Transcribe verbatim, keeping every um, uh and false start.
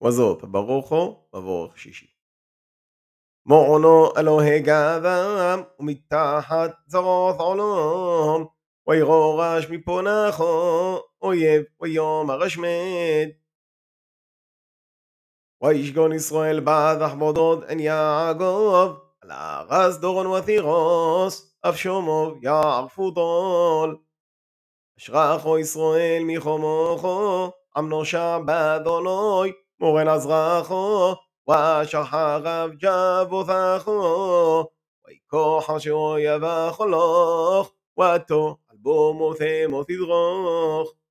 וזאת ברוכו מבורך שישי. מעונו אלוהי גדם ומתחת זרות עולם וירורש מפונחו אויב ויאמר השמד וישגון ישראל בדח בודוד עין יעקב על הארץ דורון ותירוס אף שומוב יערפו דול אשרחו ישראל מחומוכו עם נושע באדוני מורן עזרחו ושחרב ג'בותחו ויקוח אשר יבח הלוך ותו אלבו מותי מותי דרוך